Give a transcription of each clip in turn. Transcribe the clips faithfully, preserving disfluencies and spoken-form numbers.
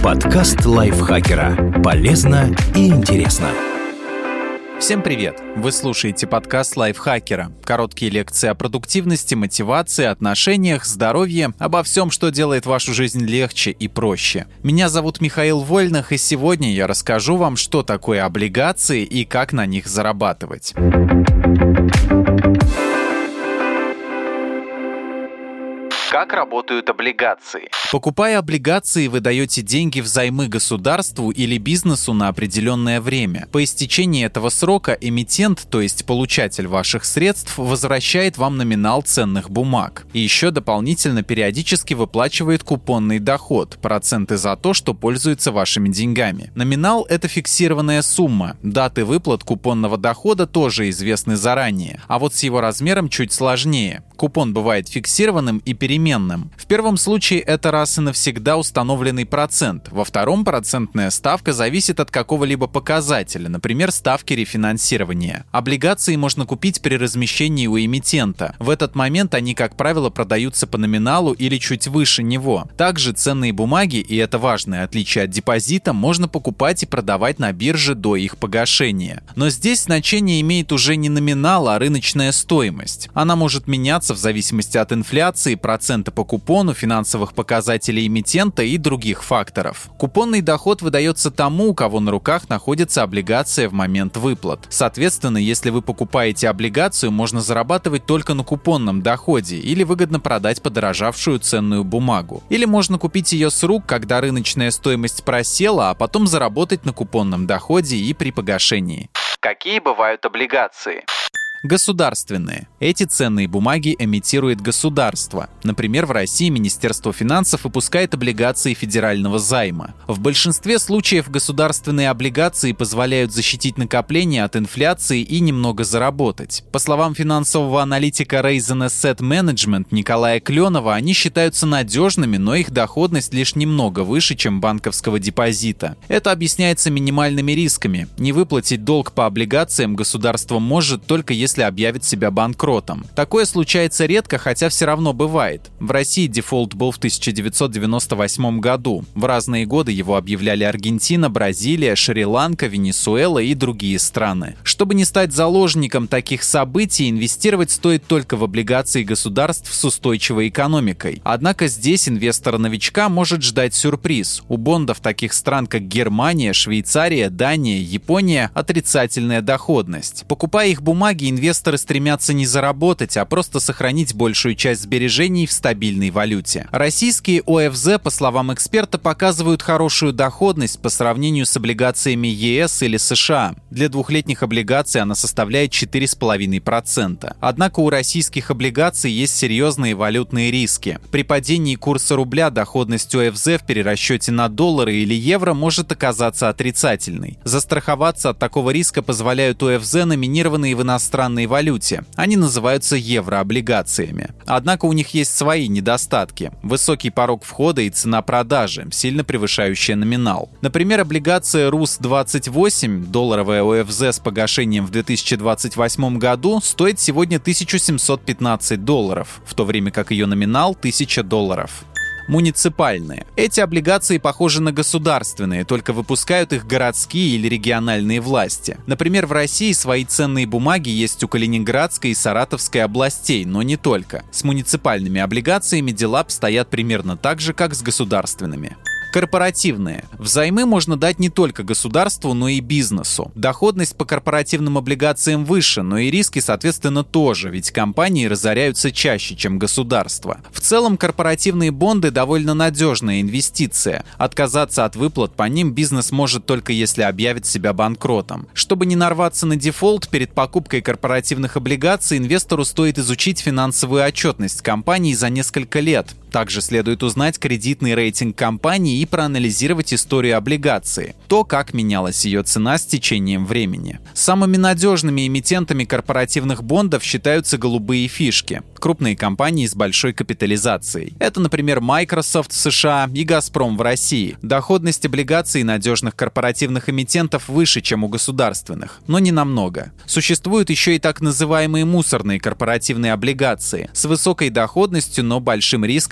Подкаст лайфхакера. Полезно и интересно. Всем привет! Вы слушаете подкаст лайфхакера. Короткие лекции о продуктивности, мотивации, отношениях, здоровье, обо всем, что делает вашу жизнь легче и проще. Меня зовут Михаил Вольных, и сегодня я расскажу вам, что такое облигации и как на них зарабатывать. Как работают облигации? Покупая облигации, вы даете деньги взаймы государству или бизнесу на определенное время. По истечении этого срока эмитент, то есть получатель ваших средств, возвращает вам номинал ценных бумаг. И еще дополнительно периодически выплачивает купонный доход, проценты за то, что пользуется вашими деньгами. Номинал – это фиксированная сумма. Даты выплат купонного дохода тоже известны заранее. А вот с его размером чуть сложнее. Купон бывает фиксированным и переменным. В первом случае это раз и навсегда установленный процент. Во втором процентная ставка зависит от какого-либо показателя, например, ставки рефинансирования. Облигации можно купить при размещении у эмитента. В этот момент они, как правило, продаются по номиналу или чуть выше него. Также ценные бумаги, и это важное отличие от депозита, можно покупать и продавать на бирже до их погашения. Но здесь значение имеет уже не номинал, а рыночная стоимость. Она может меняться в зависимости от инфляции, процента по купону, финансовых показателей эмитента и других факторов. Купонный доход выдается тому, у кого на руках находится облигация в момент выплат. Соответственно, если вы покупаете облигацию, можно зарабатывать только на купонном доходе или выгодно продать подорожавшую ценную бумагу. Или можно купить ее с рук, когда рыночная стоимость просела, а потом заработать на купонном доходе и при погашении. Какие бывают облигации? Государственные. Эти ценные бумаги эмитирует государство. Например, в России Министерство финансов выпускает облигации федерального займа. В большинстве случаев государственные облигации позволяют защитить накопления от инфляции и немного заработать. По словам финансового аналитика Raisin Asset Management Николая Кленова, они считаются надежными, но их доходность лишь немного выше, чем банковского депозита. Это объясняется минимальными рисками. Не выплатить долг по облигациям государство может только если если объявит себя банкротом. Такое случается редко, хотя все равно бывает. В России дефолт был в тысяча девятьсот девяносто восьмом году. В разные годы его объявляли Аргентина, Бразилия, Шри-Ланка, Венесуэла и другие страны. Чтобы не стать заложником таких событий, инвестировать стоит только в облигации государств с устойчивой экономикой. Однако здесь инвестора-новичка может ждать сюрприз. У бондов таких стран, как Германия, Швейцария, Дания, Япония, отрицательная доходность. Покупая их бумаги, инвесторы стремятся не заработать, а просто сохранить большую часть сбережений в стабильной валюте. Российские о эф зэ, по словам эксперта, показывают хорошую доходность по сравнению с облигациями е эс или США. Для двухлетних облигаций она составляет четыре целых пять десятых процента. Однако у российских облигаций есть серьезные валютные риски. При падении курса рубля доходность о эф зэ в перерасчете на доллары или евро может оказаться отрицательной. Застраховаться от такого риска позволяют о эф зэ, номинированные в иностранной валюте. Они называются еврооблигациями. Однако у них есть свои недостатки. Высокий порог входа и цена продажи, сильно превышающая номинал. Например, облигация РУС двадцать восемь, долларовая о эф зэ с погашением в две тысячи двадцать восьмом году, стоит сегодня тысячу семьсот пятнадцать долларов, в то время как ее номинал тысяча долларов. Муниципальные. Эти облигации похожи на государственные, только выпускают их городские или региональные власти. Например, в России свои ценные бумаги есть у Калининградской и Саратовской областей, но не только. С муниципальными облигациями дела обстоят примерно так же, как с государственными. Корпоративные. Взаймы можно дать не только государству, но и бизнесу. Доходность по корпоративным облигациям выше, но и риски, соответственно, тоже, ведь компании разоряются чаще, чем государство. В целом, корпоративные бонды довольно надежная инвестиция. Отказаться от выплат по ним бизнес может только если объявит себя банкротом. Чтобы не нарваться на дефолт, перед покупкой корпоративных облигаций инвестору стоит изучить финансовую отчетность компании за несколько лет. Также следует узнать кредитный рейтинг компании и проанализировать историю облигации, то, как менялась ее цена с течением времени. Самыми надежными эмитентами корпоративных бондов считаются голубые фишки – крупные компании с большой капитализацией. Это, например, Microsoft в США и Газпром в России. Доходность облигаций надежных корпоративных эмитентов выше, чем у государственных, но не намного. Существуют еще и так называемые мусорные корпоративные облигации с высокой доходностью, но большим риском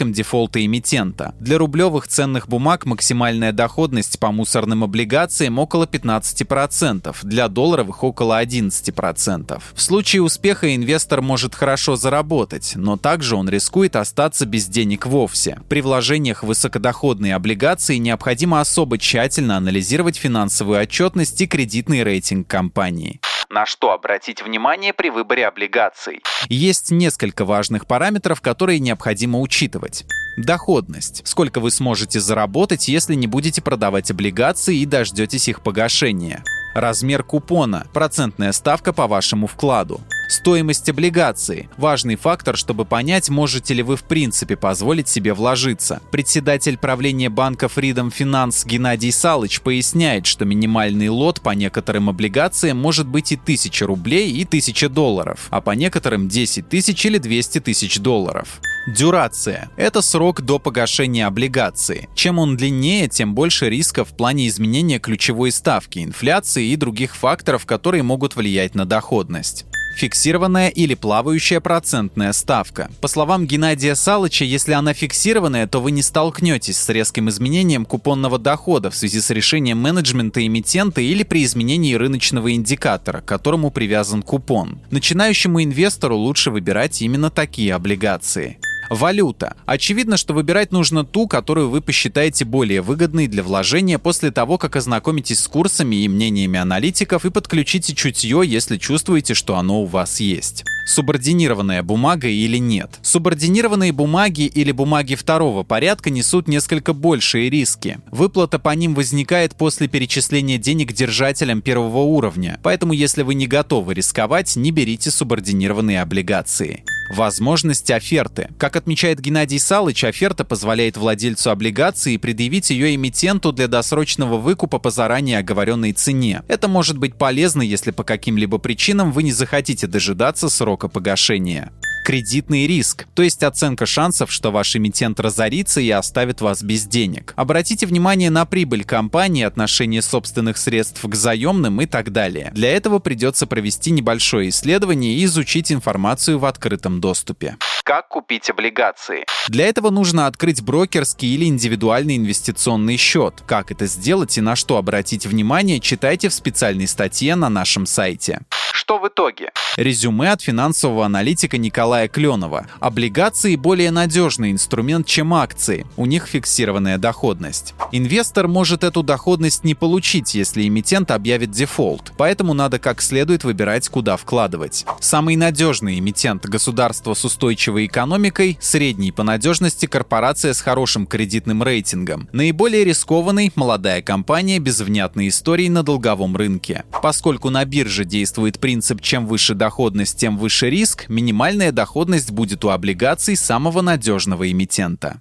риском дефолта эмитента. Для рублевых ценных бумаг максимальная доходность по мусорным облигациям около пятнадцать процентов, для долларовых около одиннадцать процентов. В случае успеха инвестор может хорошо заработать, но также он рискует остаться без денег вовсе. При вложениях в высокодоходные облигации необходимо особо тщательно анализировать финансовую отчетность и кредитный рейтинг компании. На что обратить внимание при выборе облигаций? Есть несколько важных параметров, которые необходимо учитывать. Доходность. Сколько вы сможете заработать, если не будете продавать облигации и дождетесь их погашения. Размер купона. Процентная ставка по вашему вкладу. Стоимость облигации. Важный фактор, чтобы понять, можете ли вы в принципе позволить себе вложиться. Председатель правления банка Freedom Finance Геннадий Салыч поясняет, что минимальный лот по некоторым облигациям может быть и тысяча рублей, и тысяча долларов, а по некоторым десять тысяч или двести тысяч долларов. Дюрация – это срок до погашения облигации. Чем он длиннее, тем больше рисков в плане изменения ключевой ставки, инфляции и других факторов, которые могут влиять на доходность. Фиксированная или плавающая процентная ставка. По словам Геннадия Салыча, если она фиксированная, то вы не столкнетесь с резким изменением купонного дохода в связи с решением менеджмента эмитента или при изменении рыночного индикатора, к которому привязан купон. Начинающему инвестору лучше выбирать именно такие облигации. Валюта. Очевидно, что выбирать нужно ту, которую вы посчитаете более выгодной для вложения после того, как ознакомитесь с курсами и мнениями аналитиков и подключите чутье, если чувствуете, что оно у вас есть. Субординированная бумага или нет. Субординированные бумаги или бумаги второго порядка несут несколько большие риски. Выплата по ним возникает после перечисления денег держателям первого уровня, поэтому если вы не готовы рисковать, не берите субординированные облигации. Возможность оферты. Как отмечает Геннадий Салыч, оферта позволяет владельцу облигации предъявить ее эмитенту для досрочного выкупа по заранее оговоренной цене. Это может быть полезно, если по каким-либо причинам вы не захотите дожидаться срока погашения. Кредитный риск, то есть оценка шансов, что ваш эмитент разорится и оставит вас без денег. Обратите внимание на прибыль компании, отношение собственных средств к заемным и так далее. Для этого придется провести небольшое исследование и изучить информацию в открытом доступе. Как купить облигации? Для этого нужно открыть брокерский или индивидуальный инвестиционный счет. Как это сделать и на что обратить внимание, читайте в специальной статье на нашем сайте. Что в итоге? Резюме от финансового аналитика Николая Кленова. Облигации более надежный инструмент, чем акции. У них фиксированная доходность. Инвестор может эту доходность не получить, если эмитент объявит дефолт. Поэтому надо как следует выбирать, куда вкладывать. Самый надежный эмитент – государство с устойчивой экономикой, средний по надежности – корпорация с хорошим кредитным рейтингом. Наиболее рискованный – молодая компания без внятной истории на долговом рынке. Поскольку на бирже действует принцип «чем выше доходность, тем выше риск», минимальная доходность будет у облигаций самого надежного эмитента.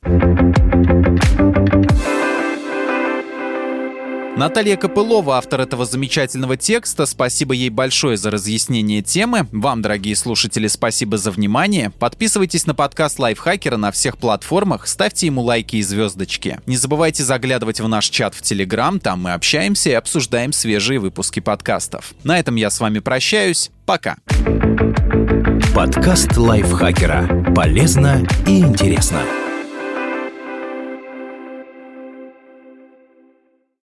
Наталья Копылова, автор этого замечательного текста. Спасибо ей большое за разъяснение темы. Вам, дорогие слушатели, спасибо за внимание. Подписывайтесь на подкаст Лайфхакера на всех платформах, ставьте ему лайки и звездочки. Не забывайте заглядывать в наш чат в Телеграм, там мы общаемся и обсуждаем свежие выпуски подкастов. На этом я с вами прощаюсь. Пока. Подкаст Лайфхакера. Полезно и интересно.